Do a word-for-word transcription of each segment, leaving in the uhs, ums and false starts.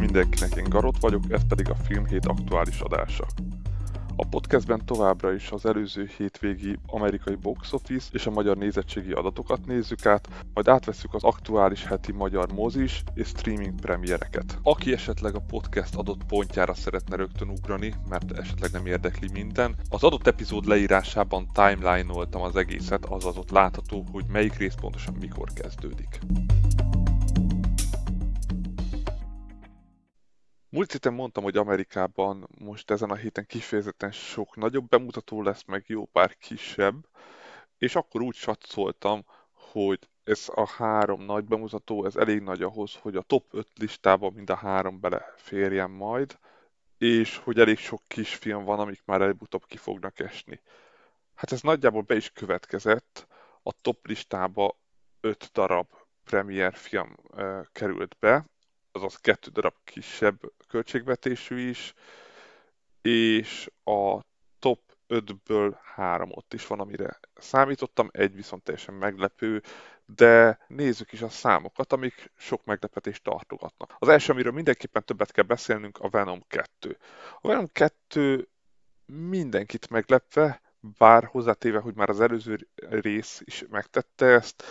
mindenkinek, én Garot vagyok, ez pedig a Filmhét aktuális adása. A podcastben továbbra is az előző hétvégi amerikai box office és a magyar nézettségi adatokat nézzük át, majd átvesszük az aktuális heti magyar mozis és streaming premiereket. Aki esetleg a podcast adott pontjára szeretne rögtön ugrani, mert esetleg nem érdekli minden, az adott epizód leírásában timeline-oltam az egészet, azaz ott látható, hogy melyik rész pontosan mikor kezdődik. Múlt héten mondtam, hogy Amerikában most ezen a héten kifejezetten sok nagyobb bemutató lesz, meg jó pár kisebb, és akkor úgy satszoltam, hogy ez a három nagy bemutató, ez elég nagy ahhoz, hogy a top öt listába mind a három beleférjen majd, és hogy elég sok kisfilm van, amik már előbb-utóbb ki fognak esni. Hát ez nagyjából be is következett, a top listába öt darab premier film uh, került be, azaz kettő darab kisebb költségvetésű is, és a top ötből három ott is van, amire számítottam, egy viszont teljesen meglepő, de nézzük is a számokat, amik sok meglepetést tartogatnak. Az első, amiről mindenképpen többet kell beszélnünk, a Venom kettő. A Venom kettő mindenkit meglepve, bár hozzátéve, hogy már az előző rész is megtette ezt,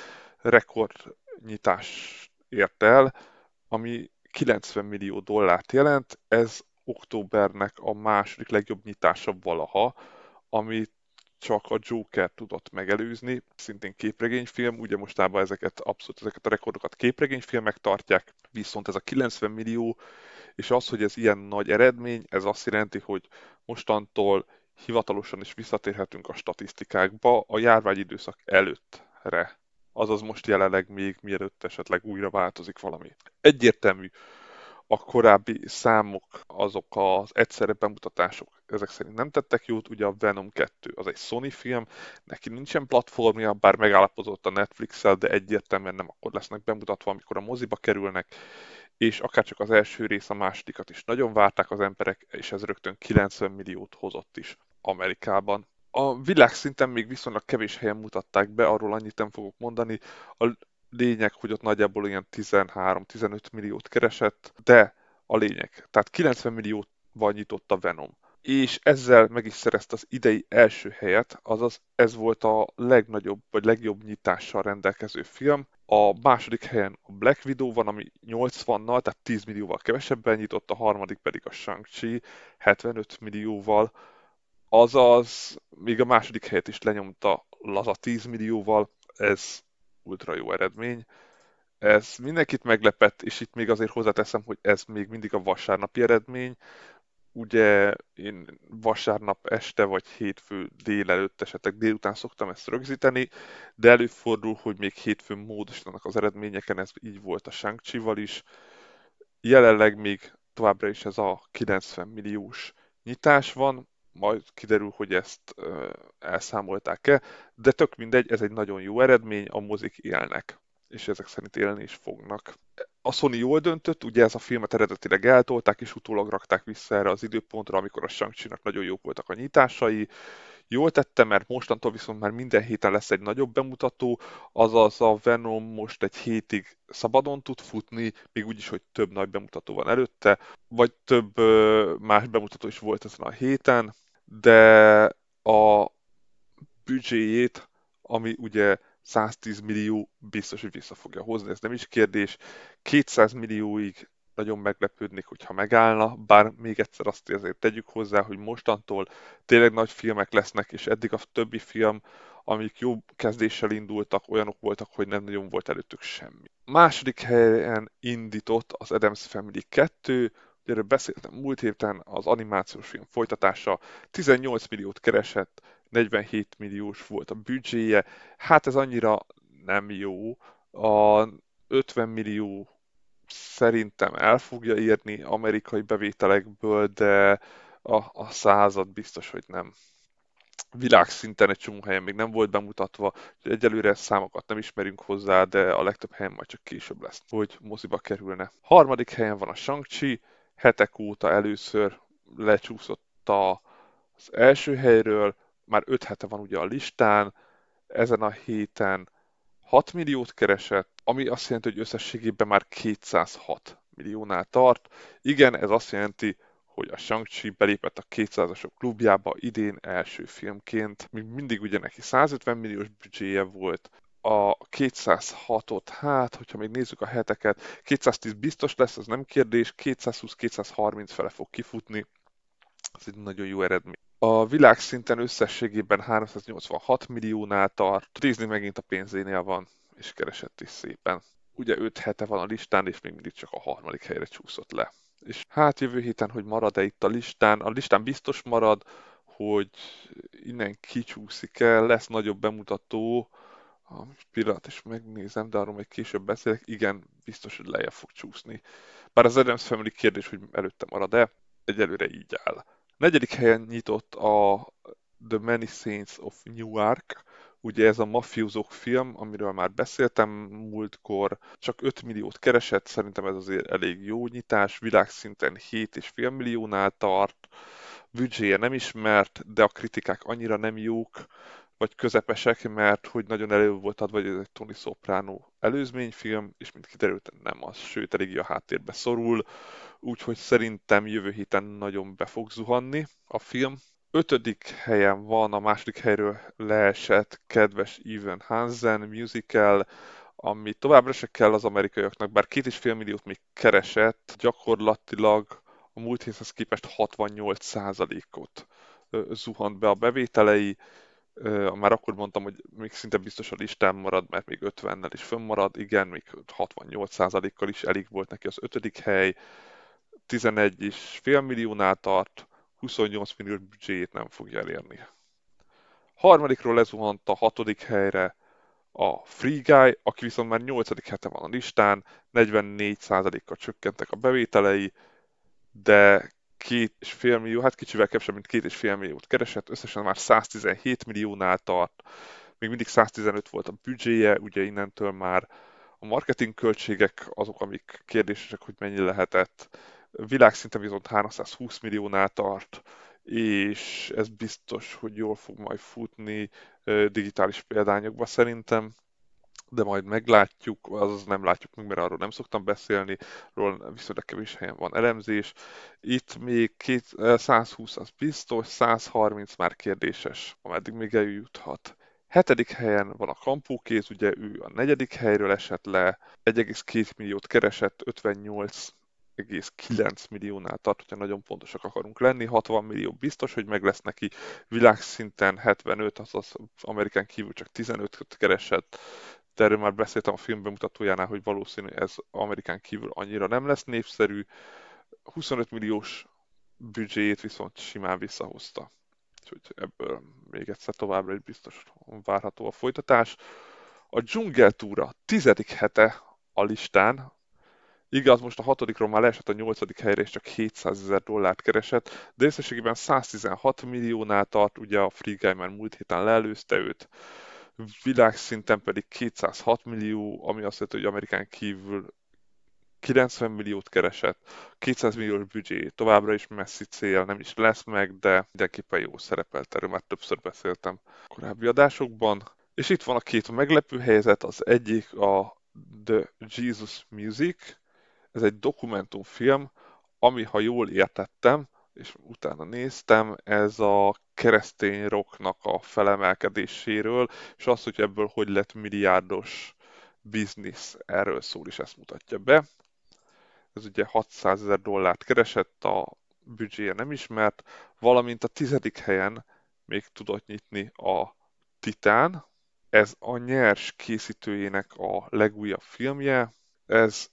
rekordnyitást ért el, ami kilencven millió dollárt jelent, ez októbernek a második legjobb nyitása valaha, amit csak a Joker tudott megelőzni, szintén képregényfilm, ugye mostában ezeket abszolút ezeket a rekordokat képregényfilmek tartják, viszont ez a kilencven millió, és az, hogy ez ilyen nagy eredmény, ez azt jelenti, hogy mostantól hivatalosan is visszatérhetünk a statisztikákba a járványidőszak előttre. Azaz most jelenleg még mielőtt esetleg újra változik valami. Egyértelmű, a korábbi számok, azok az egyszerre bemutatások ezek szerint nem tettek jót, ugye a Venom kettő az egy Sony film, neki nincsen platformja, bár megállapozott a Netflix-el, de egyértelműen nem akkor lesznek bemutatva, amikor a moziba kerülnek, és akárcsak az első rész, a másodikat is nagyon várták az emberek, és ez rögtön kilencven milliót hozott is Amerikában. A világszinten még viszonylag kevés helyen mutatták be, arról annyit nem fogok mondani. A lényeg, hogy ott nagyjából ilyen tizenhárom-tizenöt milliót keresett, de a lényeg, tehát kilencven millióval nyitott a Venom. És ezzel meg is szerezte az idei első helyet, azaz ez volt a legnagyobb vagy legjobb nyitással rendelkező film. A második helyen a Black Widow van, ami nyolcvannal, tehát tíz millióval kevesebben nyitott, a harmadik pedig a Shang-Chi hetvenöt millióval, azaz még a második helyet is lenyomta laza tíz millióval, ez ultra jó eredmény. Ez mindenkit meglepett, és itt még azért hozzáteszem, hogy ez még mindig a vasárnapi eredmény. Ugye én vasárnap este vagy hétfő délelőtt, esetleg délután szoktam ezt rögzíteni, de előfordul, hogy még hétfőn módosítanak az eredményeken, ez így volt a Shang-Chi-val is. Jelenleg még továbbra is ez a kilencven milliós nyitás van, majd kiderül, hogy ezt uh, elszámolták-e, de tök mindegy, ez egy nagyon jó eredmény, a mozik élnek, és ezek szerint élni is fognak. A Sony jól döntött, ugye ez a filmet eredetileg eltolták, és utólag rakták vissza erre az időpontra, amikor a Shang-Chi-nak nagyon jók voltak a nyitásai. Jól tette, mert mostantól viszont már minden héten lesz egy nagyobb bemutató, azaz a Venom most egy hétig szabadon tud futni, még úgyis, hogy több nagy bemutató van előtte, vagy több ö, más bemutató is volt ezen a héten, de a büdzséjét, ami ugye száztíz millió biztos, hogy vissza fogja hozni, ez nem is kérdés. kétszáz millióig nagyon meglepődnék, hogyha megállna, bár még egyszer azt azért tegyük hozzá, hogy mostantól tényleg nagy filmek lesznek, és eddig a többi film, amik jó kezdéssel indultak, olyanok voltak, hogy nem nagyon volt előttük semmi. Második helyen indított az Addams Family kettő, erről beszéltem múlt héten, az animációs film folytatása, tizennyolc milliót keresett, negyvenhét milliós volt a büdzséje, hát ez annyira nem jó, a ötven millió szerintem el fogja érni amerikai bevételekből, de a, a század biztos, hogy nem. Világszinten egy csomó helyen még nem volt bemutatva, egyelőre számokat nem ismerünk hozzá, de a legtöbb helyen majd csak később lesz, hogy moziba kerülne. Harmadik helyen van a Shang-Chi, hetek óta először lecsúszott az első helyről, már öt hete van ugye a listán, ezen a héten hat milliót keresett, ami azt jelenti, hogy összességében már kétszázhat milliónál tart. Igen, ez azt jelenti, hogy a Shang-Chi belépett a kétszázasok klubjába idén első filmként. Még mindig ugye neki százötven milliós büdzséje volt, a kétszázhatot, hát, hogyha még nézzük a heteket, kétszáztíz biztos lesz, az nem kérdés, kétszázhúsz-kétszázharminc fele fog kifutni, ez egy nagyon jó eredmény. A világszinten összességében háromszáznyolcvanhat milliónál tart, Disney megint a pénzénél van, és keresett is szépen. Ugye öt hete van a listán, és még mindig csak a harmadik helyre csúszott le. És hát jövő héten, hogy marad-e itt a listán, a listán biztos marad, hogy innen kicsúszik el, lesz nagyobb bemutató, a pillanat is megnézem, de arról még később beszélek, igen, biztos, hogy lejjebb fog csúszni. Bár az Addams Family kérdés, hogy előtte marad-e, egyelőre így áll. Negyedik helyen nyitott a The Many Saints of Newark, ugye ez a mafiózók film, amiről már beszéltem múltkor, csak öt milliót keresett, szerintem ez azért elég jó nyitás, világszinten hét egész öt milliónál tart, büdzséje nem ismert, de a kritikák annyira nem jók, vagy közepesek, mert hogy nagyon elő volt adva, hogy ez egy Tony Soprano előzményfilm, és mint kiderült, nem az, sőt, eléggé a háttérbe szorul, úgyhogy szerintem jövő héten nagyon be fog zuhanni a film. Ötödik helyen van, a második helyről leesett kedves Evan Hansen musical, ami továbbra se kell az amerikaiaknak, bár két és fél milliót még keresett, gyakorlatilag a múlt héthez képest hatvannyolc százalékot zuhant be a bevételei. Már akkor mondtam, hogy még szinte biztos a listán marad, mert még ötvennel is fönnmarad, igen, még hatvannyolc százalékkal is elég volt neki az ötödik hely, tizenegy és fél milliónál tart, huszonnyolc milliós büdzséjét nem fogja elérni. Harmadikról lezuhant a hatodik helyre a Free Guy, aki viszont már nyolcadik hete van a listán, negyvennégy százalékkal csökkentek a bevételei, de két és fél millió, hát kicsivel kevesebb, mint két és fél milliót keresett, összesen már száztizenhét milliónál tart, még mindig száztizenöt volt a büdzséje, ugye innentől már a marketing költségek azok, amik kérdésesek, hogy mennyi lehetett. Világszinten viszont háromszázhúsz milliónál tart, és ez biztos, hogy jól fog majd futni digitális példányokba szerintem, de majd meglátjuk, azaz nem látjuk meg, mert arról nem szoktam beszélni, róla viszonylag kevés helyen van elemzés. Itt még két, százhúsz az biztos, százharminc már kérdéses, ameddig még eljuthat. Hetedik helyen van a Kampókéz, ugye ő a negyedik helyről esett le, egy egész két milliót keresett, ötvennyolc egész kilenc milliónál tart, hogyha nagyon pontosak akarunk lenni, hatvan millió biztos, hogy meg lesz neki, világszinten hetvenöt, azaz Amerikán kívül csak tizenötöt keresett, de erről már beszéltem a film bemutatójánál, hogy valószínű ez Amerikán kívül annyira nem lesz népszerű, huszonöt milliós büdzséjét viszont simán visszahozta. Úgyhogy ebből még egyszer továbbra is biztos várható a folytatás. A dzsungeltúra tizedik hete a listán, igaz, most a hatodikról már leesett a nyolcadik helyre, és csak hétszázezer dollárt keresett, de összességében száztizenhat milliónál tart, ugye a Free Guy már múlt héten leelőzte őt, világszinten pedig kétszázhat millió, ami azt jelenti, hogy Amerikán kívül kilencven milliót keresett, kétszáz milliós büdzsé továbbra is messzi cél, nem is lesz meg, de mindenképpen jó szerepelt, erről már többször beszéltem korábbi adásokban. És itt van a két meglepő helyzet, az egyik a The Jesus Music, ez egy dokumentumfilm, ami, ha jól értettem, és utána néztem, ez a keresztény rocknak a felemelkedéséről, és az, hogy ebből hogy lett milliárdos biznisz, erről szól, és ezt mutatja be. Ez ugye hatszázezer dollárt keresett, a büdzséje nem ismert, valamint a tizedik helyen még tudott nyitni a Titán. Ez a nyers készítőjének a legújabb filmje, ez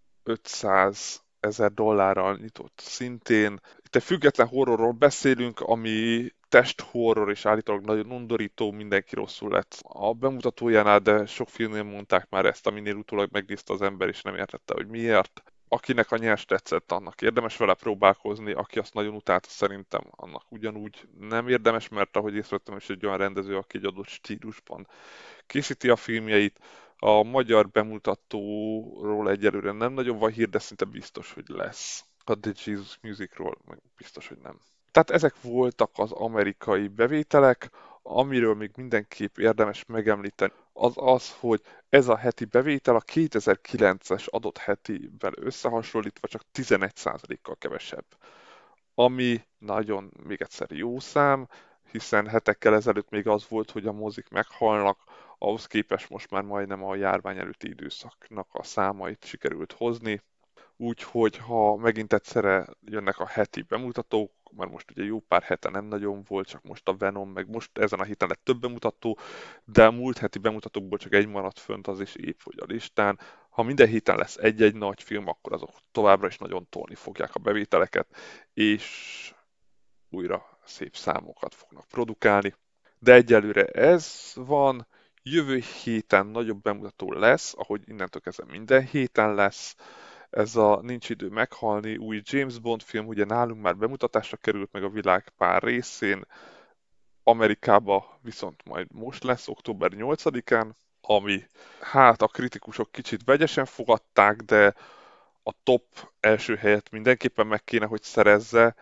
ötszáz ezer dollárral nyitott szintén. Itt egy független horrorról beszélünk, ami testhorror és állítólag nagyon undorító, mindenki rosszul lett a bemutatójánál, de sok filmnél mondták már ezt, aminél utólag megnézte az ember, és nem értette, hogy miért. Akinek a nyers tetszett, annak érdemes vele próbálkozni, aki azt nagyon utálta, szerintem annak ugyanúgy nem érdemes, mert ahogy észrevettem is egy olyan rendező, aki egy adott stílusban készíti a filmjeit. A magyar bemutatóról egyelőre nem nagyon van hír, de szinte biztos, hogy lesz. A The Jesus Musicról meg biztos, hogy nem. Tehát ezek voltak az amerikai bevételek, amiről még mindenképp érdemes megemlíteni az az, hogy ez a heti bevétel a kétezer-kilences adott hetivel összehasonlítva csak tizenegy százalékkal kevesebb. Ami nagyon, még egyszer jó szám, hiszen hetekkel ezelőtt még az volt, hogy a mozik meghalnak, ahhoz képest most már majdnem a járvány előtti időszaknak a számait sikerült hozni. Úgyhogy ha megint egyszerre jönnek a heti bemutatók, mert most ugye jó pár hete nem nagyon volt, csak most a Venom, meg most ezen a héten lett több bemutató, de a múlt heti bemutatókból csak egy maradt fönt, az is épp hogy a listán. Ha minden héten lesz egy-egy nagy film, akkor azok továbbra is nagyon tolni fogják a bevételeket, és újra szép számokat fognak produkálni. De egyelőre ez van, jövő héten nagyobb bemutató lesz, ahogy innentől kezdve minden héten lesz. Ez a Nincs idő meghalni új James Bond film, ugye nálunk már bemutatásra került meg a világ pár részén, Amerikába viszont majd most lesz, október nyolcadikán, ami hát a kritikusok kicsit vegyesen fogadták, de a top első helyet mindenképpen meg kéne, hogy szerezze,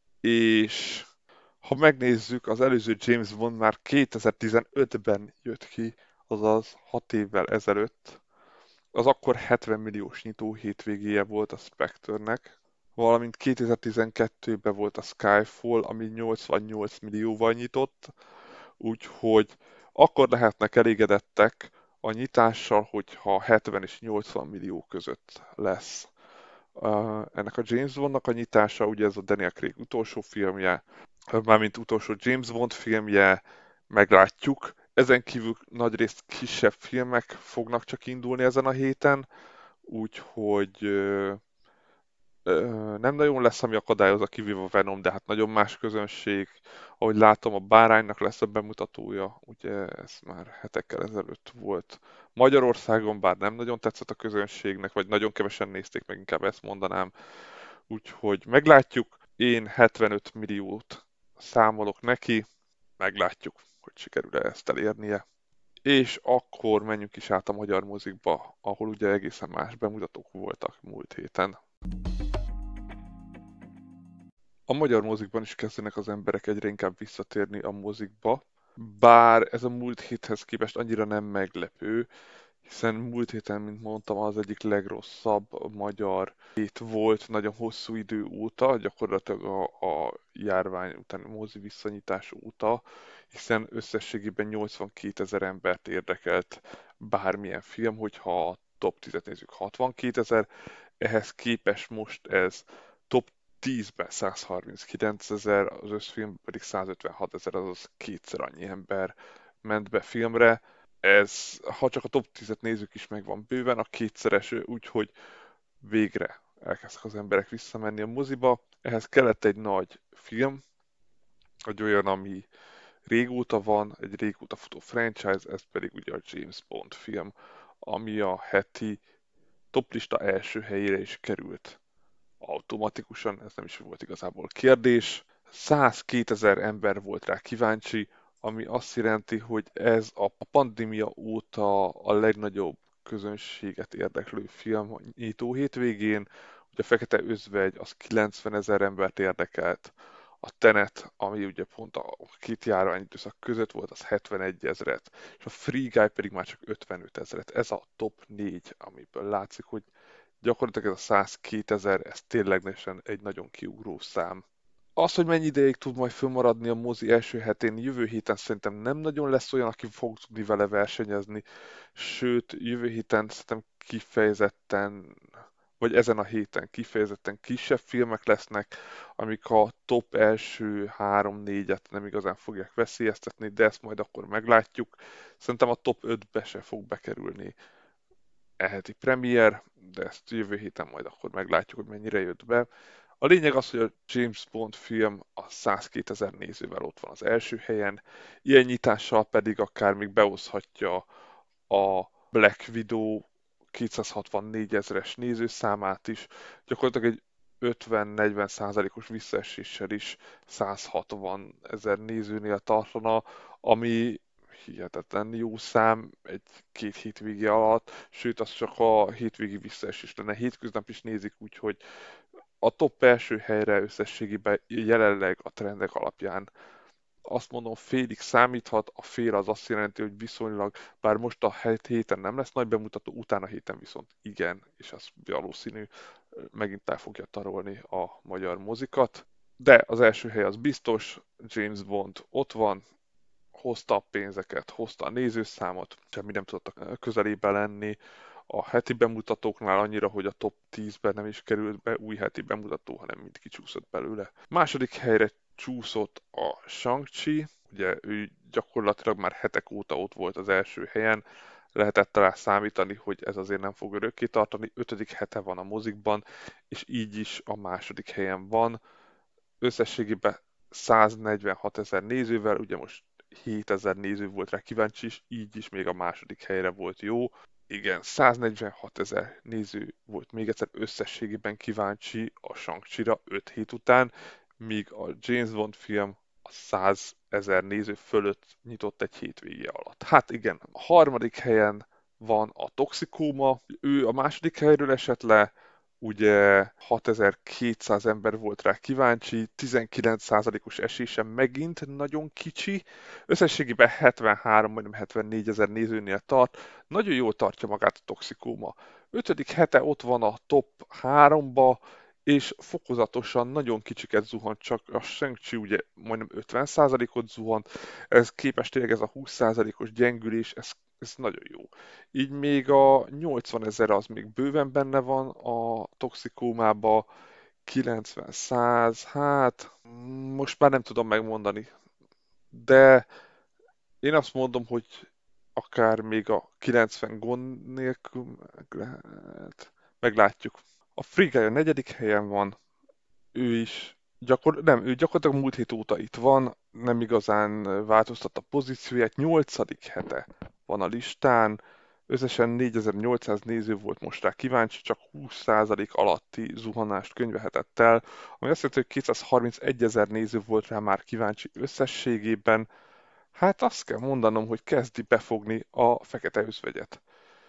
és ha megnézzük, az előző James Bond már kétezer-tizenötben jött ki, azaz hat évvel ezelőtt. Az akkor hetven milliós nyitó hétvégéje volt a Spectre-nek, valamint kétezer-tizenkettőben volt a Skyfall, ami nyolcvannyolc millióval nyitott, úgyhogy akkor lehetnek elégedettek a nyitással, hogyha hetven és nyolcvan millió között lesz. Uh, ennek a James Bondnak a nyitása, ugye ez a Daniel Craig utolsó filmje, mármint utolsó James Bond filmje, meglátjuk. Ezen kívül nagyrészt kisebb filmek fognak csak indulni ezen a héten, úgyhogy ö, ö, nem nagyon lesz, ami akadályozza, kivéve a Venom, de hát nagyon más közönség. Ahogy látom, a Báránynak lesz a bemutatója, ugye ez már hetekkel ezelőtt volt. Magyarországon bár nem nagyon tetszett a közönségnek, vagy nagyon kevesen nézték meg, inkább ezt mondanám. Úgyhogy meglátjuk. Én hetvenöt milliót számolok neki, meglátjuk, hogy sikerül-e ezt elérnie. És akkor menjünk is át a magyar mozikba, ahol ugye egészen más bemutatók voltak múlt héten. A magyar mozikban is kezdenek az emberek egyre inkább visszatérni a mozikba, bár ez a múlt héthez képest annyira nem meglepő, hiszen múlt héten, mint mondtam, az egyik legrosszabb magyar hét volt nagyon hosszú idő óta, gyakorlatilag a, a járvány utáni mozi visszanyitás óta, hiszen összességében nyolcvankétezer embert érdekelt bármilyen film, hogyha a top tízet nézzük hatvankétezer, ehhez képest most ez top tízben százharminckilencezer, az összfilm pedig százötvenhatezer, azaz kétszer annyi ember ment be filmre. Ez, ha csak a top tízet nézzük is, megvan bőven a kétszeres, úgyhogy végre elkezdtek az emberek visszamenni a moziba. Ehhez kellett egy nagy film, egy olyan, ami régóta van, egy régóta futó franchise, ez pedig ugye a James Bond film, ami a heti toplista első helyére is került automatikusan, ez nem is volt igazából kérdés. százkétezer ember volt rá kíváncsi, ami azt jelenti, hogy ez a pandémia óta a legnagyobb közönséget érdeklő film a nyitó hétvégén. Ugye a Fekete Özvegy az kilencven ezer embert érdekelt, a Tenet, ami ugye pont a két járvány időszak között volt, az hetvenegy ezret, és a Free Guy pedig már csak ötvenöt ezret. Ez a top négy, amiből látszik, hogy gyakorlatilag ez a százkétezer, ez ténylegesen egy nagyon kiugró szám. Az, hogy mennyi ideig tud majd fönnmaradni a mozi első hetén, jövő héten szerintem nem nagyon lesz olyan, aki fog tudni vele versenyezni, sőt, jövő héten szerintem kifejezetten, vagy ezen a héten kifejezetten kisebb filmek lesznek, amik a top első három-négyet nem igazán fogják veszélyeztetni, de ezt majd akkor meglátjuk. Szerintem a top ötbe se fog bekerülni e heti premier, de ezt jövő héten majd akkor meglátjuk, hogy mennyire jött be. A lényeg az, hogy a James Bond film a százkétezer nézővel ott van az első helyen, ilyen nyitással pedig akár még behozhatja a Black Widow kétszázhatvannégy ezeres nézőszámát is, gyakorlatilag egy ötven-negyven százalékos visszaeséssel is százhatvan ezer nézőnél tartana, ami hihetetlen jó szám egy-két hétvégi alatt, sőt az csak a hétvégi visszaesés lenne. Hétköznap is nézik, úgyhogy a top első helyre összességében jelenleg a trendek alapján azt mondom, félig számíthat, a fél az azt jelenti, hogy viszonylag, bár most a het- héten nem lesz nagy bemutató, utána héten viszont igen, és az valószínű, megint el fogja tarolni a magyar mozikat. De az első hely az biztos, James Bond ott van, hozta a pénzeket, hozta a nézőszámot, semmi nem tudott a közelébe lenni. A heti bemutatóknál annyira, hogy a top tízben nem is került be új heti bemutató, hanem mind kicsúszott belőle. Második helyre csúszott a Shang-Chi, ugye ő gyakorlatilag már hetek óta ott volt az első helyen, lehetett rá számítani, hogy ez azért nem fog örökké tartani. Ötödik hete van a mozikban, és így is a második helyen van. Összességében száznegyvenhat ezer nézővel, ugye most hétezer néző volt rá kíváncsi, és így is még a második helyre volt jó. Igen, száznegyvenhat ezer néző volt még egyszer összességében kíváncsi a Shang-Chi-ra öt hét után, míg a James Bond film a száz ezer néző fölött nyitott egy hétvége alatt. Hát igen, a harmadik helyen van a Toxikóma, ő a második helyről esett le, ugye hatezer-kétszáz ember volt rá kíváncsi, tizenkilenc százalékos esése megint nagyon kicsi, összességében hetvenhárom, majdnem hetvennégy ezer nézőnél tart, nagyon jól tartja magát a Toxikóma. Ötödik hete ott van a top háromba, és fokozatosan nagyon kicsiket zuhant, csak a Shang-Chi ugye majdnem ötven százalékot zuhant, ez képest tényleg ez a húsz százalékos gyengülés, ez, ez nagyon jó. Így még a nyolcvan ezer az még bőven benne van a toxikómába, kilencven száz, hát most már nem tudom megmondani, de én azt mondom, hogy akár még a kilencven gond nélkül meg lehet. Meglátjuk. A Free Guy a negyedik helyen van, ő is gyakor... nem, ő gyakorlatilag múlt hét óta itt van, nem igazán változtatta a pozícióját, nyolcadik hete van a listán, összesen négyezer-nyolcszáz néző volt most rá kíváncsi, csak húsz százalék alatti zuhanást könyvelhetett el, ami azt jelenti, hogy kétszázharmincegy ezer néző volt rá már kíváncsi összességében. Hát azt kell mondanom, hogy kezdi befogni a fekete özvegyet.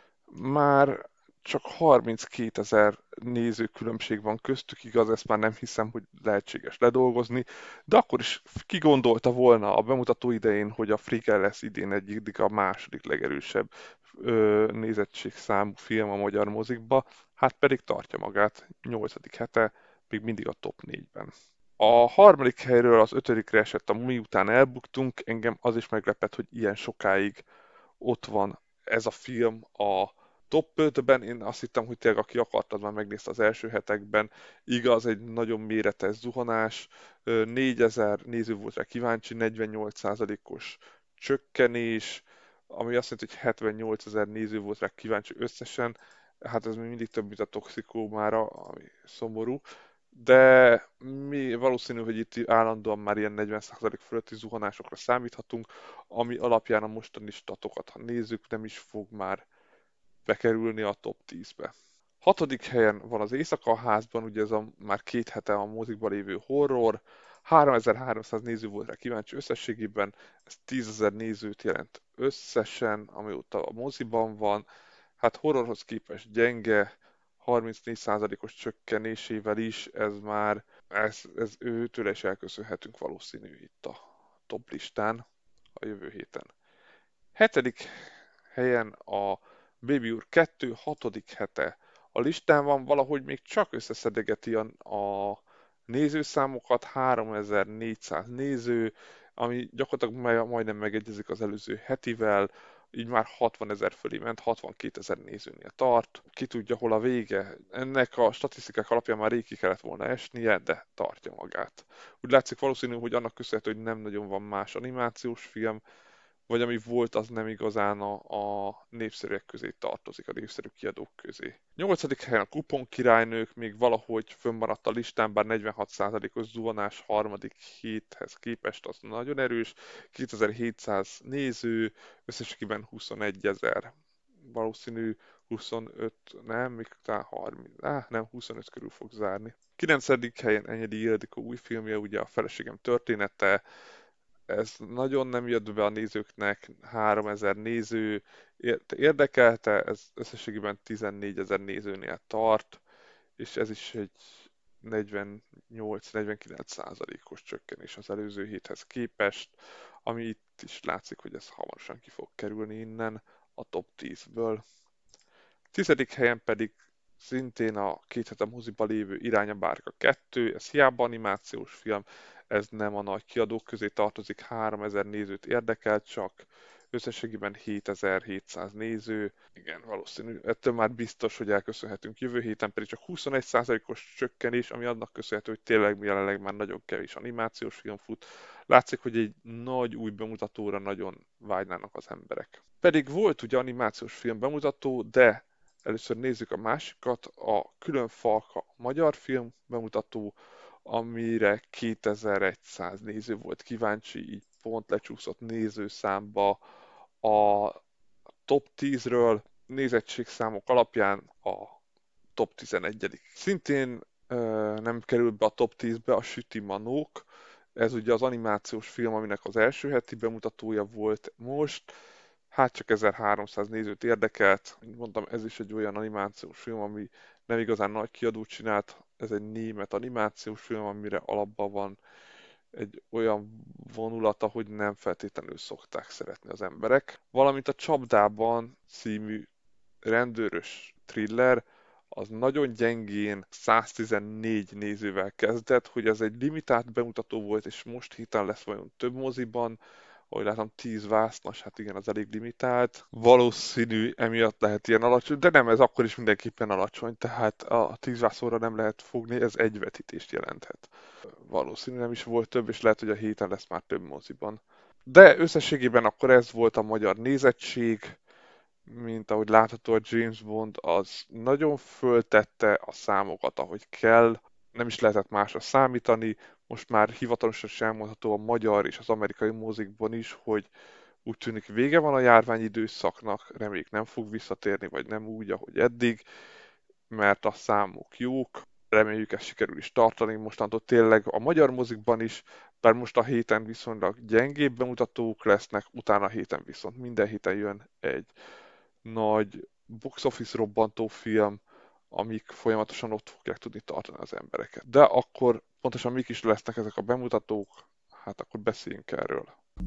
Már csak harminckétezer néző különbség van köztük, igaz, ezt már nem hiszem, hogy lehetséges ledolgozni, de akkor is ki gondolta volna a bemutató idején, hogy a Free Guy lesz idén egyik a második legerősebb ö, nézettségszámú film a magyar mozikba, hát pedig tartja magát nyolcadik hete, még mindig a top négyben. A harmadik helyről az ötödikre esett a miután elbuktunk, engem az is meglepett, hogy ilyen sokáig ott van ez a film a top ötben. Én azt hittem, hogy tényleg aki akarta, az már megnézte az első hetekben. Igaz, egy nagyon méretes zuhanás, négyezer néző volt rá kíváncsi, negyvennyolc százalékos csökkenés, ami azt jelenti, hogy hetvennyolc ezer néző volt rá kíváncsi összesen. Hát ez még mindig több, mint a Toxikómára, ami szomorú. De mi valószínű, hogy itt állandóan már ilyen negyven százalék fölötti zuhanásokra számíthatunk, ami alapján a mostani statokat, ha nézzük, nem is fog már bekerülni a top tízbe. Hatodik helyen van az Éjszaka a házban, ugye ez a már két hete a mozikban lévő horror, háromezer-háromszáz néző volt rá kíváncsi összességében, ez tízezer nézőt jelent összesen, amióta a moziban van, hát horrorhoz képest gyenge, harmincnégy százalékos csökkenésével is, ez már, ez, ez őtől is elköszönhetünk valószínű itt a top listán a jövő héten. Hetedik helyen a Baby Úr kettő, hatodik hete a listán van, valahogy még csak összeszedegeti a, a nézőszámokat, háromezer-négyszáz néző, ami gyakorlatilag majdnem megegyezik az előző hetivel, így már hatvan ezer fölé ment, hatvankét ezer nézőnél tart. Ki tudja, hol a vége. Ennek a statisztikák alapján már rég ki kellett volna esnie, de tartja magát. Úgy látszik valószínű, hogy annak köszönhető, hogy nem nagyon van más animációs film, vagy ami volt, az nem igazán a, a népszerűek közé tartozik, a népszerű kiadók közé. Nyolcadik helyen a Kupon királynők még valahogy fönnmaradt a listán, bár negyvenhat százalékos zuhanás harmadik héthez képest, az nagyon erős, kétezer-hétszáz néző, összességében huszonegy ezer. Valószínű huszonöt, nem, még talán harminc, áh, nem, huszonöt körül fog zárni. Kilencedik helyen Enyedi Ildikó új filmje, ugye a Feleségem története, ez nagyon nem jött be a nézőknek, háromezer néző érdekelte, ez összességében tizennégy ezer nézőnél tart, és ez is egy negyvennyolc-negyvenkilenc százalékos csökkenés az előző héthez képest, ami itt is látszik, hogy ez hamarosan ki fog kerülni innen a top tízből. Tizedik helyen pedig szintén a két hete moziba lévő Irány a Bárka kettő, ez hiába animációs film, ez nem a nagy kiadók közé tartozik, háromezer nézőt érdekel csak, összességében hétezer-hétszáz néző. Igen, valószínű. Ettől már biztos, hogy elköszönhetünk jövő héten, pedig csak huszonegy százalékos csökkenés, ami annak köszönhető, hogy tényleg jelenleg már nagyon kevés animációs film fut. Látszik, hogy egy nagy új bemutatóra nagyon vágynának az emberek. Pedig volt ugye animációs film bemutató, de először nézzük a másikat, a Külön Falka a magyar film bemutató, amire kétezer-száz néző volt kíváncsi, így pont lecsúszott nézőszámba a top tízről, nézettségszámok alapján a top tizenegyedik. Szintén ö, nem került be a top tízbe a Süti Manók, ez ugye az animációs film, aminek az első heti bemutatója volt most, hát csak ezerháromszáz nézőt érdekelt. Mondtam, ez is egy olyan animációs film, ami nem igazán nagy kiadót csinált, ez egy német animációs film, amire alapban van egy olyan vonulata, hogy nem feltétlenül szokták szeretni az emberek. Valamint a Csapdában című rendőrös thriller, az nagyon gyengén száztizennégy nézővel kezdett, hogy ez egy limitált bemutató volt, és most héten lesz vajon több moziban, ahogy látom tíz vásznas, hát igen, az elég limitált. Valószínű, emiatt lehet ilyen alacsony, de nem, ez akkor is mindenképpen alacsony, tehát a tíz vászonra nem lehet fogni, ez egy vetítést jelenthet. Valószínű nem is volt több, és lehet, hogy a héten lesz már több moziban. De összességében akkor ez volt a magyar nézettség, mint ahogy látható, a James Bond az nagyon föltette a számokat, ahogy kell, nem is lehetett másra számítani, most már hivatalosan is elmondható a magyar és az amerikai mozikban is, hogy úgy tűnik vége van a járvány időszaknak, reméljük nem fog visszatérni, vagy nem úgy, ahogy eddig, mert a számok jók, reméljük ezt sikerül is tartani, mostantól tényleg a magyar mozikban is, bár most a héten viszonylag gyengébb bemutatók lesznek, utána a héten viszont minden héten jön egy nagy box office robbantó film, amik folyamatosan ott fogják tudni tartani az embereket. De akkor pontosan mik is lesznek ezek a bemutatók, hát akkor beszéljünk erről.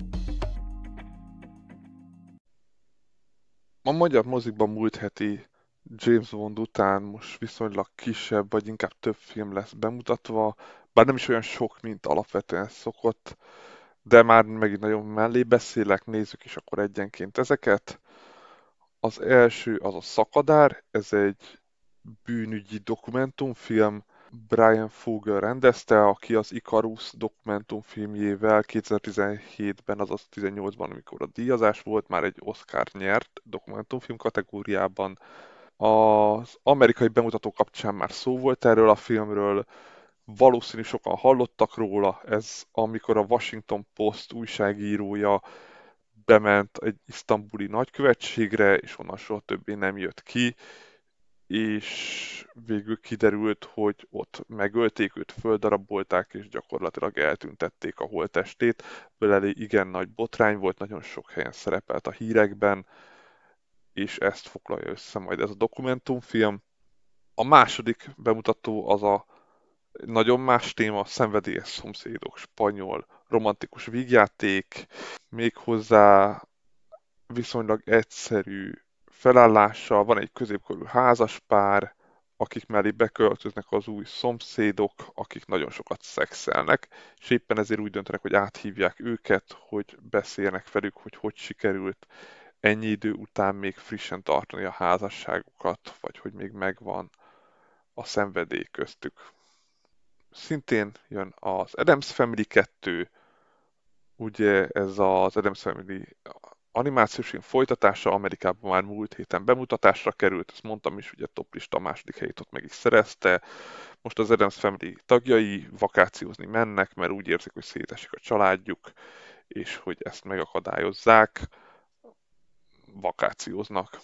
A magyar mozikban múlt heti James Bond után most viszonylag kisebb, vagy inkább több film lesz bemutatva, bár nem is olyan sok, mint alapvetően szokott, de már megint nagyon mellé beszélek, nézzük is akkor egyenként ezeket. Az első az a Szakadár, ez egy bűnügyi dokumentumfilm, Brian Fogel rendezte, aki az Icarus dokumentumfilmjével kétezer-tizenhétben, azaz tizennyolcban, amikor a díjazás volt, már egy Oscar nyert dokumentumfilm kategóriában. Az amerikai bemutató kapcsán már szó volt erről a filmről, valószínű sokan hallottak róla, ez amikor a Washington Post újságírója bement egy isztambuli nagykövetségre, és onnan soha többé nem jött ki, és végül kiderült, hogy ott megölték őt, földarabolták, és gyakorlatilag eltüntették a holttestét. Belelé igen nagy botrány volt, nagyon sok helyen szerepelt a hírekben, és ezt foglalja össze majd ez a dokumentumfilm. A második bemutató az a nagyon más téma, Szenvedélyes szomszédok, spanyol, romantikus vígjáték, méghozzá viszonylag egyszerű felállással, van egy középkorú házaspár, akik mellé beköltöznek az új szomszédok, akik nagyon sokat szexelnek, és éppen ezért úgy döntenek, hogy áthívják őket, hogy beszéljenek velük, hogy hogy sikerült ennyi idő után még frissen tartani a házasságukat, vagy hogy még megvan a szenvedély köztük. Szintén jön az Addams Family kettő, ugye ez az Addams Family animációs film folytatása Amerikában már múlt héten bemutatásra került, ezt mondtam is, ugye toplista második helyét ott meg is szerezte. Most az Addams Family tagjai vakációzni mennek, mert úgy érzik, hogy szétesik a családjuk, és hogy ezt megakadályozzák, vakációznak.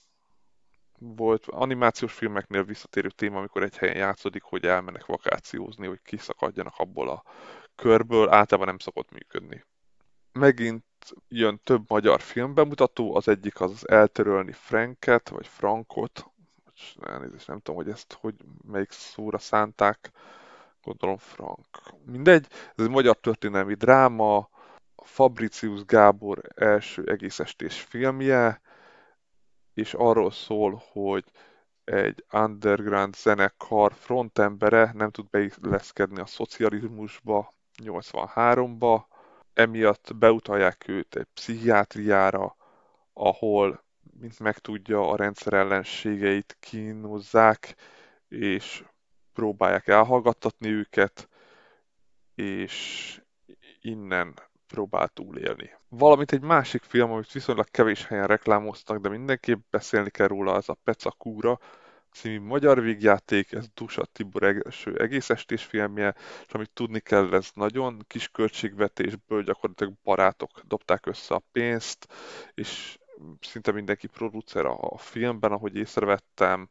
Volt animációs filmeknél visszatérő téma, amikor egy helyen játszódik, hogy elmennek vakációzni, hogy kiszakadjanak abból a körből, általában nem szokott működni. Megint jön több magyar filmbemutató, az egyik az Eltörölni Franket, vagy Frankot, elnézést, nem tudom, hogy ezt hogy melyik szóra szánták. Gondolom Frank. Mindegy, ez egy magyar történelmi dráma, Fabricius Gábor első egész estés filmje, és arról szól, hogy egy underground zenekar frontembere nem tud beilleszkedni a szocializmusba, nyolcvanháromba, emiatt beutalják őt egy pszichiátriára, ahol, mint megtudja, a rendszer ellenségeit kínozzák, és próbálják elhallgattatni őket, és innen próbál túlélni. Valamint egy másik film, amit viszonylag kevés helyen reklámoztak, de mindenképp beszélni kell róla, az a Pecakúra című magyar vígjáték, ez Dusa Tibor első egész estés filmje, és amit tudni kell, ez nagyon kis költségvetésből gyakorlatilag barátok dobták össze a pénzt, és szinte mindenki producer a, a filmben, ahogy észrevettem.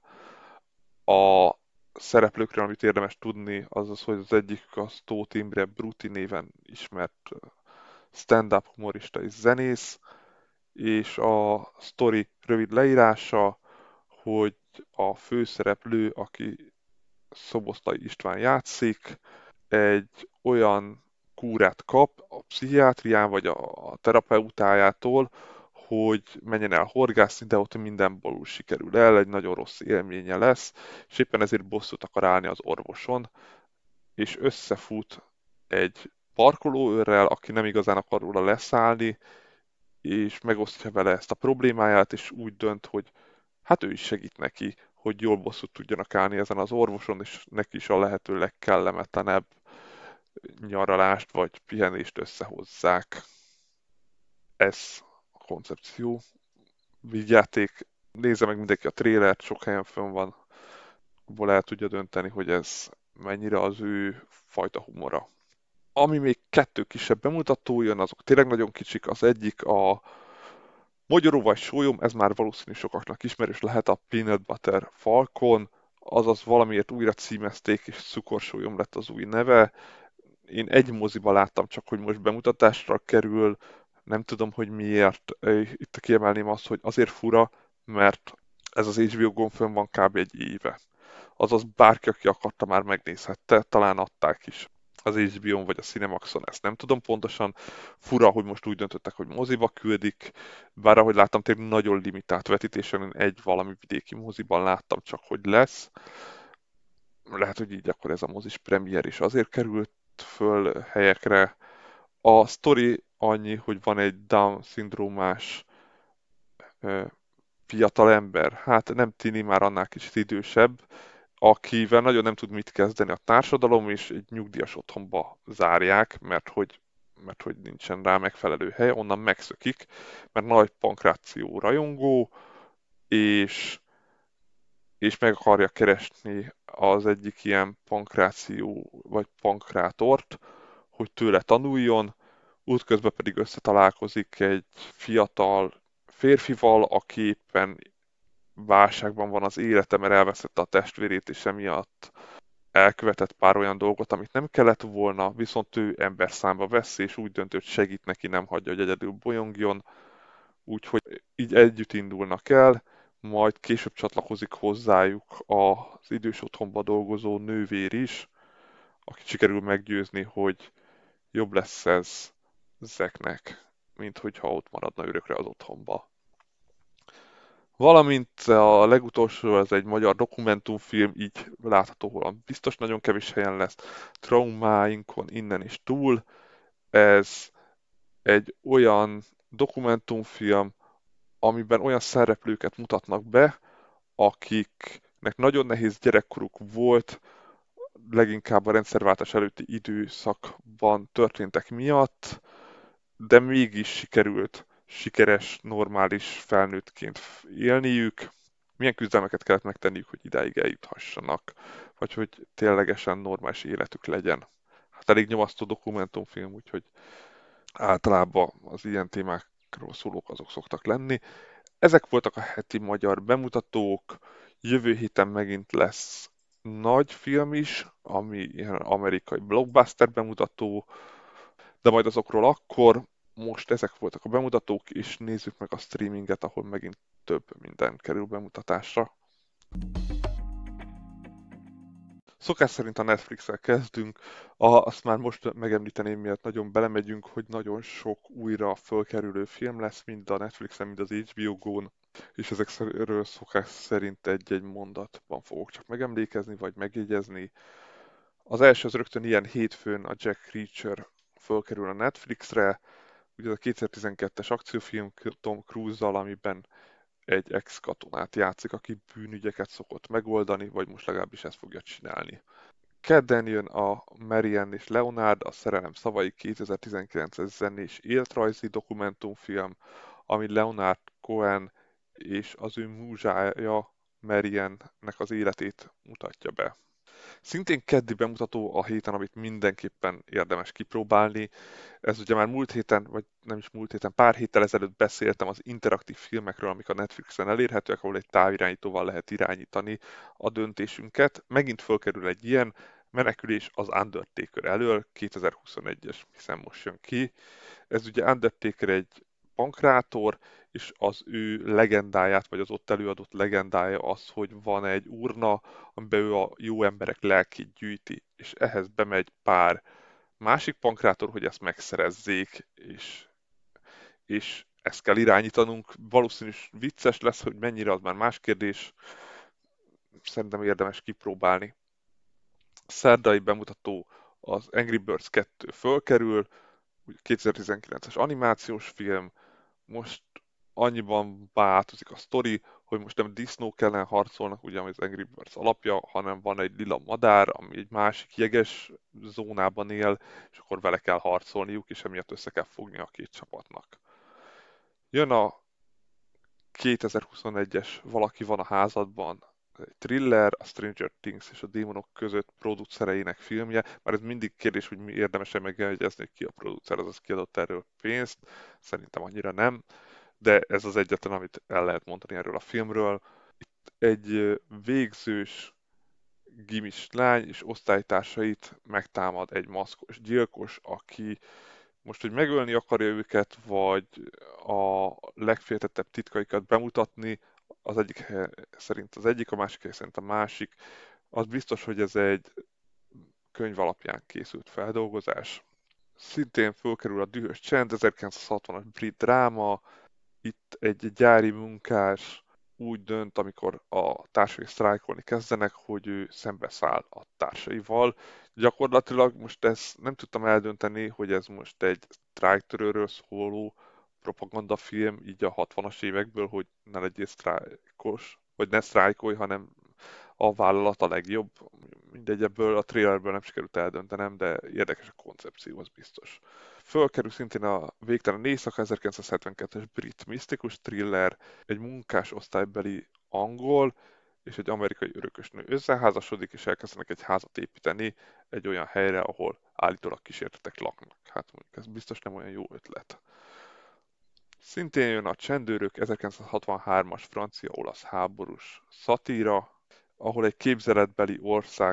A szereplőkről, amit érdemes tudni, az az, hogy az egyik az Tóth Imre Bruti néven ismert stand-up humorista és zenész, és a sztori rövid leírása, hogy a főszereplő, aki Szoboszlai István játszik, egy olyan kúrát kap a pszichiátrián vagy a terapeutájától, hogy menjen el horgászni, de ott minden balul sikerül el, egy nagyon rossz élménye lesz, és éppen ezért bosszút akar állni az orvoson, és összefut egy parkolóőrrel, aki nem igazán akar róla leszállni, és megosztja vele ezt a problémáját, és úgy dönt, hogy hát ő is segít neki, hogy jól bosszút tudjanak állni ezen az orvoson, és neki is a lehető legkellemetlenebb nyaralást vagy pihenést összehozzák. Ez a koncepció. Vígjáték, nézze meg mindenki a trélert, sok helyen fönn van, abból el tudja dönteni, hogy ez mennyire az ő fajta humora. Ami még kettő kisebb bemutató jön, azok tényleg nagyon kicsik. Az egyik a Mogyoró vagy sólyom, ez már valószínű sokaknak ismerős lehet, a Peanut Butter Falcon, azaz valamiért újra címezték, és cukorsólyom lett az új neve. Én egy moziba láttam csak, hogy most bemutatásra kerül, nem tudom, hogy miért. Itt kiemelném azt, hogy azért fura, mert ez az há bé o gón fönn van kb. Egy éve. Azaz bárki, aki akarta, már megnézhette, talán adták is az há bé o-n vagy a Cinemaxon, ezt nem tudom pontosan. Fura, hogy most úgy döntöttek, hogy moziba küldik, bár ahogy láttam, tényleg nagyon limitált vetítésen, én egy valami vidéki moziban láttam csak, hogy lesz. Lehet, hogy így akkor ez a mozis premier is azért került föl helyekre. A sztori annyi, hogy van egy Down-szindrómás fiatal ember, hát nem tini, már annál kicsit idősebb, akivel nagyon nem tud mit kezdeni a társadalom, és egy nyugdíjas otthonba zárják, mert hogy, mert hogy nincsen rá megfelelő hely, onnan megszökik, mert nagy pankráció rajongó, és, és meg akarja keresni az egyik ilyen pankráció, vagy pankrátort, hogy tőle tanuljon, útközben pedig összetalálkozik egy fiatal férfival, aki éppen válságban van az élete, mert elvesztette a testvérét, és emiatt elkövetett pár olyan dolgot, amit nem kellett volna, viszont ő ember számba vesz, és úgy dönt, hogy segít neki, nem hagyja, hogy egyedül bolyongjon, úgyhogy így együtt indulnak el, majd később csatlakozik hozzájuk az idős otthonba dolgozó nővér is, aki sikerül meggyőzni, hogy jobb lesz ez Zeknek, mint hogyha ott maradna örökre az otthonba. Valamint a legutolsó, ez egy magyar dokumentumfilm, így látható, hol biztos nagyon kevés helyen lesz, Traumáinkon innen is túl. Ez egy olyan dokumentumfilm, amiben olyan szereplőket mutatnak be, akiknek nagyon nehéz gyerekkoruk volt, leginkább a rendszerváltás előtti időszakban történtek miatt, de mégis sikerült sikeres, normális felnőttként élniük. Milyen küzdelmeket kellett megtenniük, hogy idáig eljuthassanak, vagy hogy ténylegesen normális életük legyen. Hát elég nyomasztó dokumentumfilm, úgyhogy általában az ilyen témákról szólók azok szoktak lenni. Ezek voltak a heti magyar bemutatók, jövő héten megint lesz nagy film is, ami ilyen amerikai blockbuster bemutató, de majd azokról akkor. Most ezek voltak a bemutatók, és nézzük meg a streaminget, ahol megint több minden kerül bemutatásra. Szokás szerint a Netflix-el kezdünk, a, azt már most megemlíteném, miatt nagyon belemegyünk, hogy nagyon sok újra fölkerülő film lesz, mind a Netflixen, mind az há bé o Go-n, és ezekről szokás szerint egy-egy mondatban fogok csak megemlékezni, vagy megjegyezni. Az első az rögtön ilyen hétfőn a Jack Reacher fölkerül a Netflixre, ugye ez a kétezer-tizenkettes akciófilm Tom Cruise-zal, amiben egy ex-katonát játszik, aki bűnügyeket szokott megoldani, vagy most legalábbis ezt fogja csinálni. Kedden jön a Marianne és Leonard, a Szerelem szavai kétezer-tizenkilences zenés életrajzi dokumentumfilm, ami Leonard Cohen és az ő múzsája Marianne-nek az életét mutatja be. Szintén keddi bemutató a héten, amit mindenképpen érdemes kipróbálni. Ez ugye már múlt héten, vagy nem is múlt héten, pár héttel ezelőtt beszéltem az interaktív filmekről, amik a Netflixen elérhetőek, ahol egy távirányítóval lehet irányítani a döntésünket. Megint fölkerül egy ilyen, Menekülés az Undertaker elől, kétezer-huszonegyes, hiszen most jön ki. Ez ugye Undertaker egy pankrátor, és az ő legendáját, vagy az ott előadott legendája az, hogy van egy urna, amiben ő a jó emberek lelkét gyűjti, és ehhez bemegy pár másik pankrátor, hogy ezt megszerezzék, és, és ezt kell irányítanunk. Valószínűs vicces lesz, hogy mennyire, az már más kérdés. Szerintem érdemes kipróbálni. Szerdai bemutató az Angry Birds kettő fölkerül, kétezer-tizenkilences animációs film, most annyiban változik a sztori, hogy most nem disznók ellen harcolnak, ugye, ami az Angry Birds alapja, hanem van egy lila madár, ami egy másik jeges zónában él, és akkor vele kell harcolniuk, és emiatt össze kell fogni a két csapatnak. Jön a kétezer-huszonegyes Valaki van a házadban, egy thriller, a Stranger Things és a Démonok között producereinek filmje. Már ez mindig kérdés, hogy mi érdemese megjegyezni, hogy ki a producer, azaz kiadott erről pénzt. Szerintem annyira nem, de ez az egyetlen, amit el lehet mondani erről a filmről. Egy végzős gimis lány és osztálytársait megtámad egy maszkos gyilkos, aki most, hogy megölni akarja őket, vagy a legféltettebb titkaikat bemutatni, az egyik hely szerint az egyik, a másik hely szerint a másik, az biztos, hogy ez egy könyv alapján készült feldolgozás. Szintén fölkerül a Dühös csend, ezerkilencszázhatvanas brit dráma, itt egy gyári munkás úgy dönt, amikor a társai sztrájkolni kezdenek, hogy ő szembeszáll a társaival. Gyakorlatilag most ezt nem tudtam eldönteni, hogy ez most egy sztrájktörőről szóló propagandafilm, így a hatvanas évekből, hogy ne legyél sztrájkos, vagy ne sztrájkolj, hanem a vállalat a legjobb. Mindegy, ebből a trailerből nem sikerült eldöntenem, de érdekes a koncepció, az biztos. Fölkerül szintén a Végtelen éjszaka, ezerkilencszázhetvenkettes brit misztikus thriller, egy munkás osztálybeli angol és egy amerikai örökösnő összeházasodik, és elkezdenek egy házat építeni egy olyan helyre, ahol állítólag kísértetek laknak. Hát mondjuk ez biztos nem olyan jó ötlet. Szintén jön a Csendőrök, ezerkilencszázhatvanhármas francia-olasz háborús szatíra, ahol egy képzeletbeli ország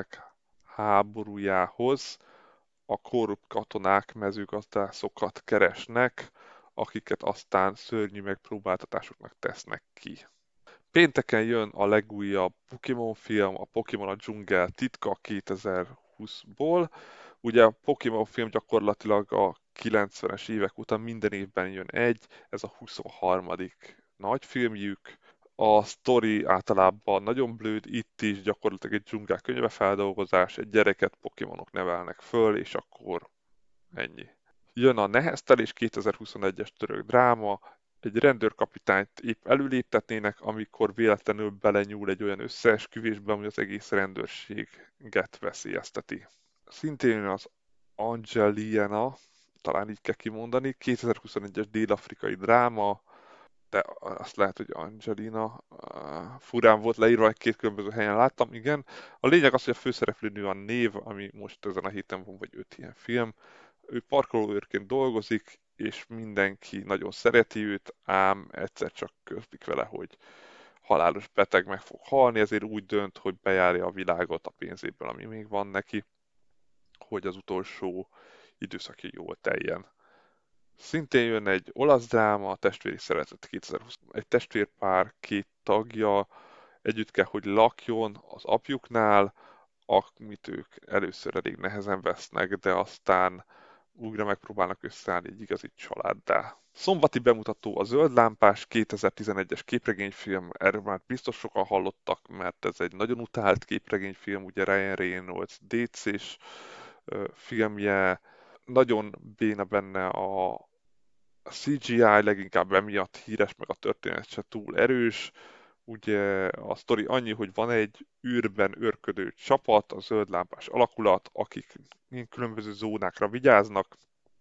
háborújához a korrupt katonák mezőgazdászokat keresnek, akiket aztán szörnyű megpróbáltatásoknak tesznek ki. Pénteken jön a legújabb Pokémon film, a Pokémon a dzsungel titka kétezer-húszból. Ugye a Pokémon film gyakorlatilag a kilencvenes évek után minden évben jön egy, ez a huszonharmadik nagy filmjük. A sztori általában nagyon blőd, itt is gyakorlatilag egy dzsungel könyvefeldolgozás, egy gyereket Pokémonok nevelnek föl, és akkor ennyi. Jön a Neheztelés, kétezer-huszonegyes török dráma, egy rendőrkapitányt épp előléptetnének, amikor véletlenül belenyúl egy olyan összeesküvésbe, ami az egész rendőrséget veszélyezteti. Szintén az Angeliana, talán így kell kimondani, kétezer-huszonegyes dél-afrikai dráma, de azt lehet, hogy Angelina uh, furán volt leírva, két különböző helyen láttam, igen. A lényeg az, hogy a főszereplőnő a név, ami most ezen a héten van, vagy öt ilyen film. Ő parkolóőrként dolgozik, és mindenki nagyon szereti őt, ám egyszer csak közlik vele, hogy halálos beteg meg fog halni, ezért úgy dönt, hogy bejárja a világot a pénzéből, ami még van neki, hogy az utolsó időszaki jól teljen. Szintén jön egy olasz dráma, a Testvéri Szeretet kétezer-húsz. Egy testvérpár két tagja együtt kell, hogy lakjon az apjuknál, amit ők először elég nehezen vesznek, de aztán újra megpróbálnak összeállni egy igazi családdá. Szombati bemutató a Zöld Lámpás, kétezer-tizenegyes képregényfilm, erről már biztos sokan hallottak, mert ez egy nagyon utált képregényfilm, ugye Ryan Reynolds dé cés filmje, nagyon béna benne a a cé gé í, leginkább emiatt híres, meg a történet se túl erős. Ugye a sztori annyi, hogy van egy űrben őrködő csapat, a zöldlámpás alakulat, akik különböző zónákra vigyáznak,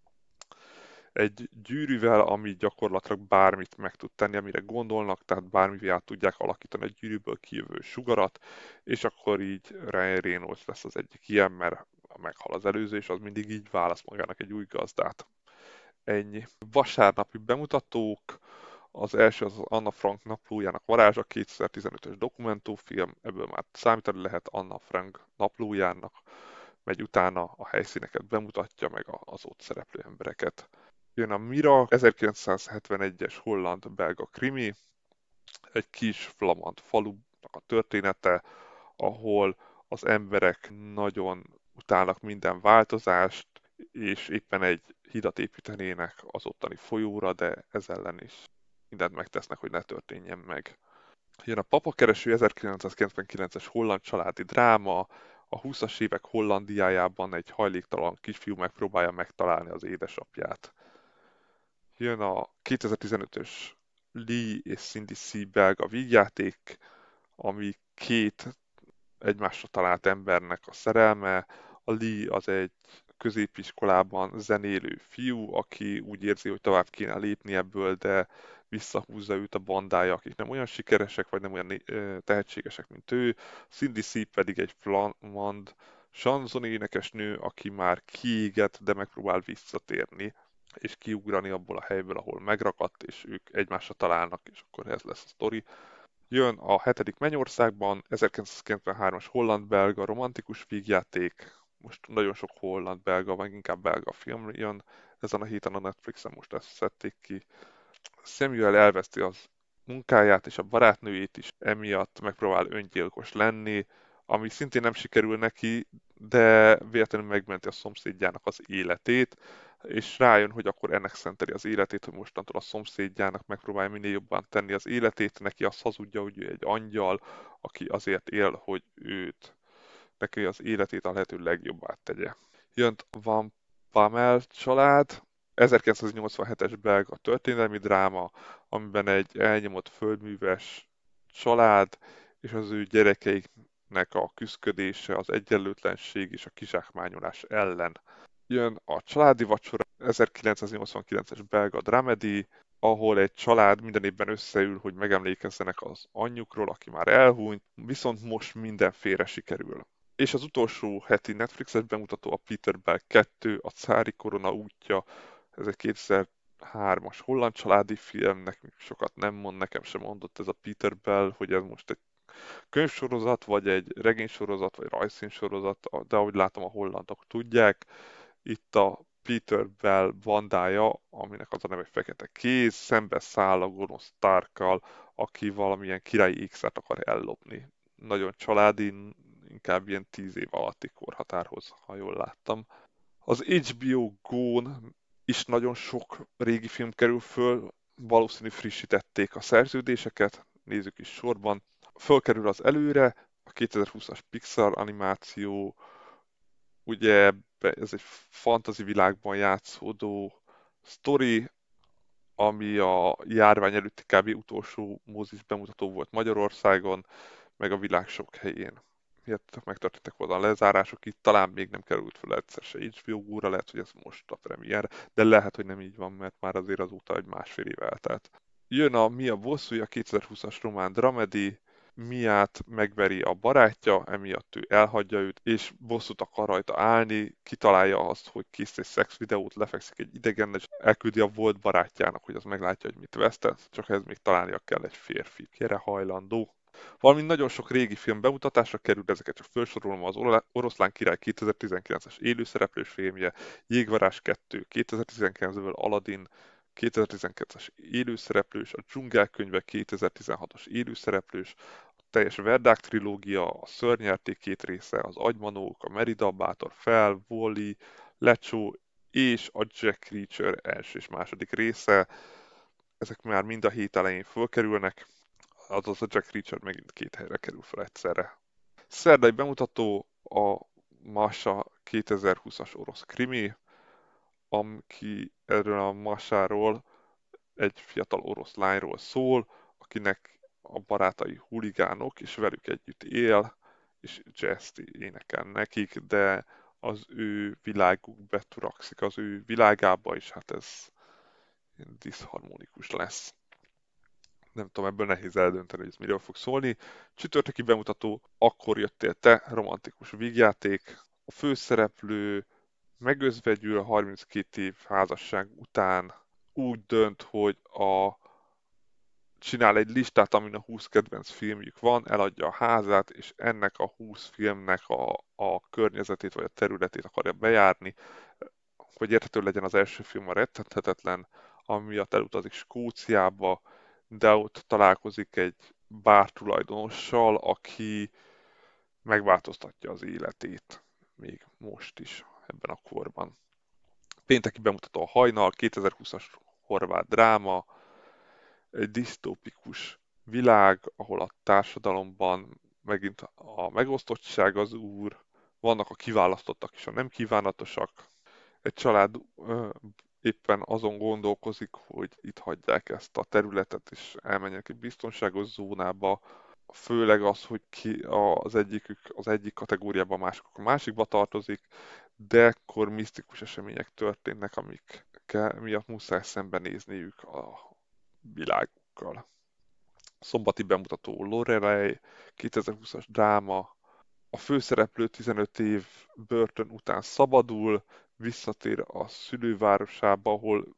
egy gyűrűvel, ami gyakorlatilag bármit meg tud tenni, amire gondolnak, tehát bármivel át tudják alakítani a gyűrűből kijövő sugarat, és akkor így Ryan Reynolds lesz az egyik ilyen, mert meghal az előző, és az mindig így választ magának egy új gazdát. Ennyi. Vasárnapi bemutatók, az első az, az Anna Frank naplójának varázsa, kétezer-tizenötös dokumentumfilm, ebből már számítani lehet Anna Frank naplójának, megy utána a helyszíneket bemutatja, meg az ott szereplő embereket. Jön a Mira, ezerkilencszázhetvenegyes holland-belga krimi, egy kis flamand falunak a története, ahol az emberek nagyon utálnak minden változást, és éppen egy hidat építenének az ottani folyóra, de ez ellen is mindent megtesznek, hogy ne történjen meg. Jön a Papakereső, ezerkilencszázkilencvenkilences holland családi dráma, a húszas évek Hollandiájában egy hajléktalan kisfiú megpróbálja megtalálni az édesapját. Jön a kétezer-tizenötös Lee és Cindy C. belga vígjáték, ami két egymásra talált embernek a szerelme. A Lee az egy középiskolában zenélő fiú, aki úgy érzi, hogy tovább kéne lépni ebből, de visszahúzza őt a bandája, akik nem olyan sikeresek, vagy nem olyan tehetségesek, mint ő. Cindy C. pedig egy flamand chanson énekesnő, aki már kiégett, de megpróbál visszatérni, és kiugrani abból a helyből, ahol megrakadt, és ők egymásra találnak, és akkor ez lesz a sztori. Jön a hetedik Mennyországban, ezerkilencszázkilencvenhármas holland-belga romantikus vígjáték, most nagyon sok holland-belga, meg inkább belga film jön, ezen a héten a Netflixen most ezt szedték ki. Samuel elveszti az munkáját és a barátnőjét is, emiatt megpróbál öngyilkos lenni, ami szintén nem sikerül neki, de véletlenül megmenti a szomszédjának az életét, és rájön, hogy akkor ennek szenteli az életét, hogy mostantól a szomszédjának megpróbálja minél jobban tenni az életét, neki azt hazudja, hogy ő egy angyal, aki azért él, hogy őt, neki az életét a lehető legjobbá tegye. Jönt Van Pamel család, ezerkilencszáznyolcvanhetes belga történelmi dráma, amiben egy elnyomott földműves család és az ő gyerekeiknek a küszködése, az egyenlőtlenség és a kizsákmányolás ellen. Jön a Családi vacsora, ezerkilencszáznyolcvankilences belga dramedy, ahol egy család minden évben összeül, hogy megemlékezzenek az anyjukról, aki már elhunyt, viszont most minden félre sikerül. És az utolsó heti Netflixes bemutató a Peter Bell kettő, a cári korona útja, ez egy kétezer-hármas holland családi film, nekünk sokat nem mond, nekem sem mondott ez a Peter Bell, hogy ez most egy könyvsorozat, vagy egy regénysorozat, vagy rajzfilmsorozat, de ahogy látom a hollandok tudják. Itt a Peter Bell bandája, aminek az a neve Fekete Kéz, szembe száll a gonosz Starkkal, aki valamilyen királyi ékszert akar ellopni. Nagyon családi, inkább ilyen tíz év alatti korhatárhoz, ha jól láttam. Az há bé o Go-n is nagyon sok régi film kerül föl, valószínű frissítették a szerződéseket, nézzük is sorban. Fölkerül az Előre, a kétezer-húszas Pixar animáció, ugye ez egy fantasy világban játszódó sztori, ami a járvány előtti kb. Utolsó mozis bemutató volt Magyarországon, meg a világ sok helyén. Miért megtörténtek volna a lezárások, itt talán még nem került fel egyszer se há bé o Go-ra, lehet, hogy ez most a premier, de lehet, hogy nem így van, mert már azért azóta egy másfél év eltelt. Jön a Mi a bosszúja, kétezer-húszas román dramedy, Miát megveri a barátja, emiatt ő elhagyja őt, és bosszút akar rajta állni, kitalálja azt, hogy kész egy szexvideót, lefekszik egy idegen, és elküldi a volt barátjának, hogy az meglátja, hogy mit vesztett, csak ez még találnia kell egy férfi, erre hajlandó. Valamint nagyon sok régi film bemutatásra került, ezeket csak felsorolom, az Oroszlán király kétezer-tizenkilences élőszereplős filmje, Jégvarázs kettő, kétezer-tizenkilencből Aladdin, kétezer-tizenkettes élőszereplős, a Dzsungelkönyve kétezer-tizenhatos élőszereplős, a teljes Verdák trilógia, a Szörnyerték két része, az Agymanók, a Merida, Bátor fel, Wall-E, Lecsó és a Jack Reacher első és második része. Ezek már mind a hét elején fölkerülnek, azaz a Jack Reacher megint két helyre kerül fel egyszerre. Szerdai bemutató a Masha kétezer-húszas orosz krimi, aki erről a Masáról, egy fiatal orosz lányról szól, akinek a barátai huligánok, és velük együtt él, és jazzt énekel nekik, de az ő világuk beturakszik az ő világába, és hát ez diszharmonikus lesz. Nem tudom, ebből nehéz eldönteni, hogy ez miről fog szólni. Csütörtöki bemutató, Akkor jöttél te, romantikus vígjáték. A főszereplő megözvegyül a harminckét év házasság után, úgy dönt, hogy a csinál egy listát, amin a húsz kedvenc filmjük van, eladja a házát, és ennek a húsz filmnek a, a környezetét vagy a területét akarja bejárni, hogy érthető legyen. Az első film a Rettenthetetlen, ami miatt elutazik Skóciába, de ott találkozik egy bártulajdonossal, aki megváltoztatja az életét, még most is, ebben a korban. Pénteki bemutató a Hajnal, kétezer-húszas horvát dráma, egy disztópikus világ, ahol a társadalomban megint a megosztottság az úr, vannak a kiválasztottak és a nem kívánatosak. Egy család ö, éppen azon gondolkozik, hogy itt hagyják ezt a területet, és elmenjenek egy biztonságos zónába. Főleg az, hogy ki az egyikük az egyik kategóriába, a másik a másikba tartozik, de ekkor misztikus események történnek, amik miatt muszáj szembenézniük a világukkal. Szombati bemutató Lorelei, kétezer-húszas dráma, a főszereplő tizenöt év börtön után szabadul, visszatér a szülővárosába, ahol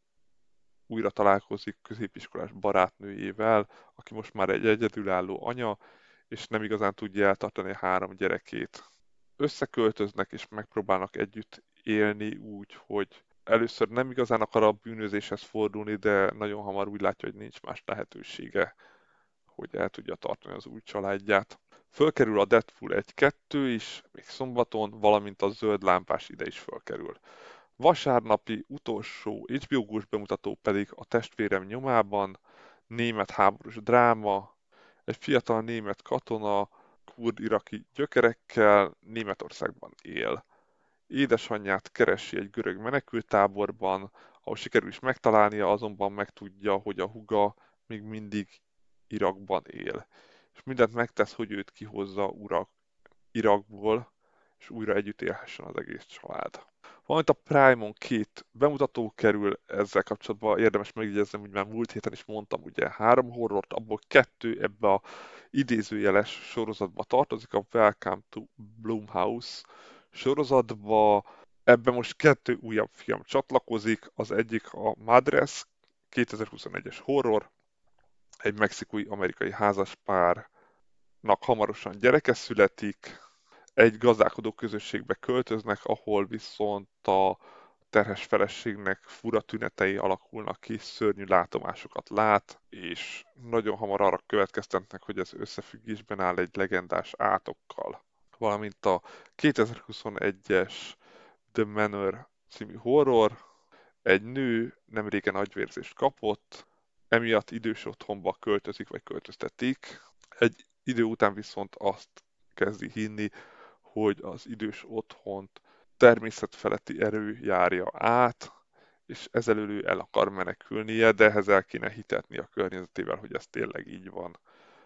újra találkozik középiskolás barátnőjével, aki most már egy egyedülálló anya, és nem igazán tudja eltartani a három gyerekét. Összeköltöznek és megpróbálnak együtt élni úgy, hogy először nem igazán akar a bűnözéshez fordulni, de nagyon hamar úgy látja, hogy nincs más lehetősége, hogy el tudja tartani az új családját. Fölkerül a Deadpool egy kettő is, még szombaton, valamint a Zöld lámpás ide is fölkerül. Vasárnapi utolsó há bé ó-s bemutató pedig a Testvérem nyomában, német háborús dráma, egy fiatal német katona, kurd-iraki gyökerekkel Németországban él. Édesanyját keresi egy görög menekülttáborban, ahol sikerül is megtalálnia, azonban megtudja, hogy a húga még mindig Irakban él. És mindent megtesz, hogy őt kihozza urak Irakból, és újra együtt élhessen az egész család. Valamint a Prime-on két bemutató kerül, ezzel kapcsolatban érdemes megjegyeznem, hogy már múlt héten is mondtam, ugye három horrort, abból kettő ebbe a idézőjeles sorozatba tartozik, a Welcome to Blumhouse sorozatba. Ebben most kettő újabb film csatlakozik, az egyik a Madres, kétezer-huszonegyes horror, egy mexikói-amerikai házaspárnak hamarosan gyereke születik, egy gazdálkodó közösségbe költöznek, ahol viszont a terhes feleségnek fura tünetei alakulnak ki, szörnyű látomásokat lát, és nagyon hamar arra következtetnek, hogy ez összefüggésben áll egy legendás átokkal. Valamint a kétezer-huszonegyes The Manor című horror, egy nő nemrégen agyvérzést kapott, emiatt idős otthonba költözik, vagy költöztetik. Egy idő után viszont azt kezdi hinni, hogy az idős otthont természetfeletti erő járja át, és ezelől ő el akar menekülnie, de ehhez el kéne hitetni a környezetével, hogy ez tényleg így van.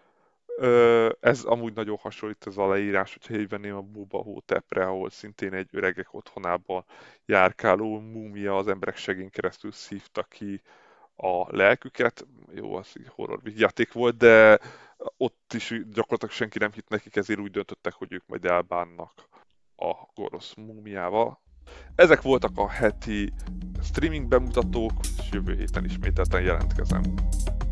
Ö, ez amúgy nagyon hasonlít ez a leírás, hogyha így venném a Bubba Hotepre, ahol szintén egy öregek otthonában járkáló múmia az emberek segén keresztül szívta ki a lelküket. Jó, az így horror játék volt, de ott is gyakorlatilag senki nem hitt nekik, ezért úgy döntöttek, hogy ők majd elbánnak a gonosz múmiával. Ezek voltak a heti streaming bemutatók, és jövő héten ismételten jelentkezem.